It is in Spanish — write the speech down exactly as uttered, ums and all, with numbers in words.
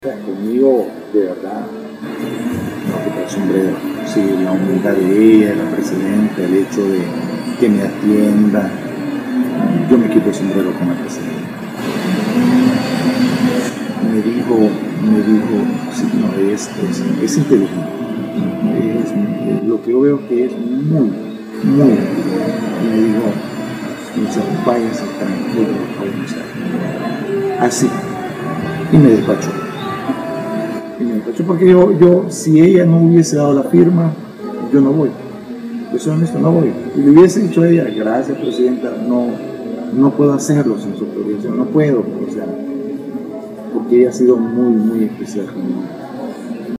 Conmigo, de verdad, no quitar el sombrero. Sí, la humildad de ella, la presidenta, el hecho de que me atienda, yo me quito el sombrero con la presidenta. Me dijo, me dijo, sí, no, es, es, es inteligente. Es, lo que yo veo que es muy, muy, y me dijo, me dice, váyanse tranquilos, váyanse. Así, y me despachó. Porque yo, yo, si ella no hubiese dado la firma, yo no voy. Yo soy honesto, no voy. Y le hubiese dicho a ella, gracias presidenta, no, no puedo hacerlo sin su autorización, no puedo, o sea, porque ella ha sido muy, muy especial conmigo.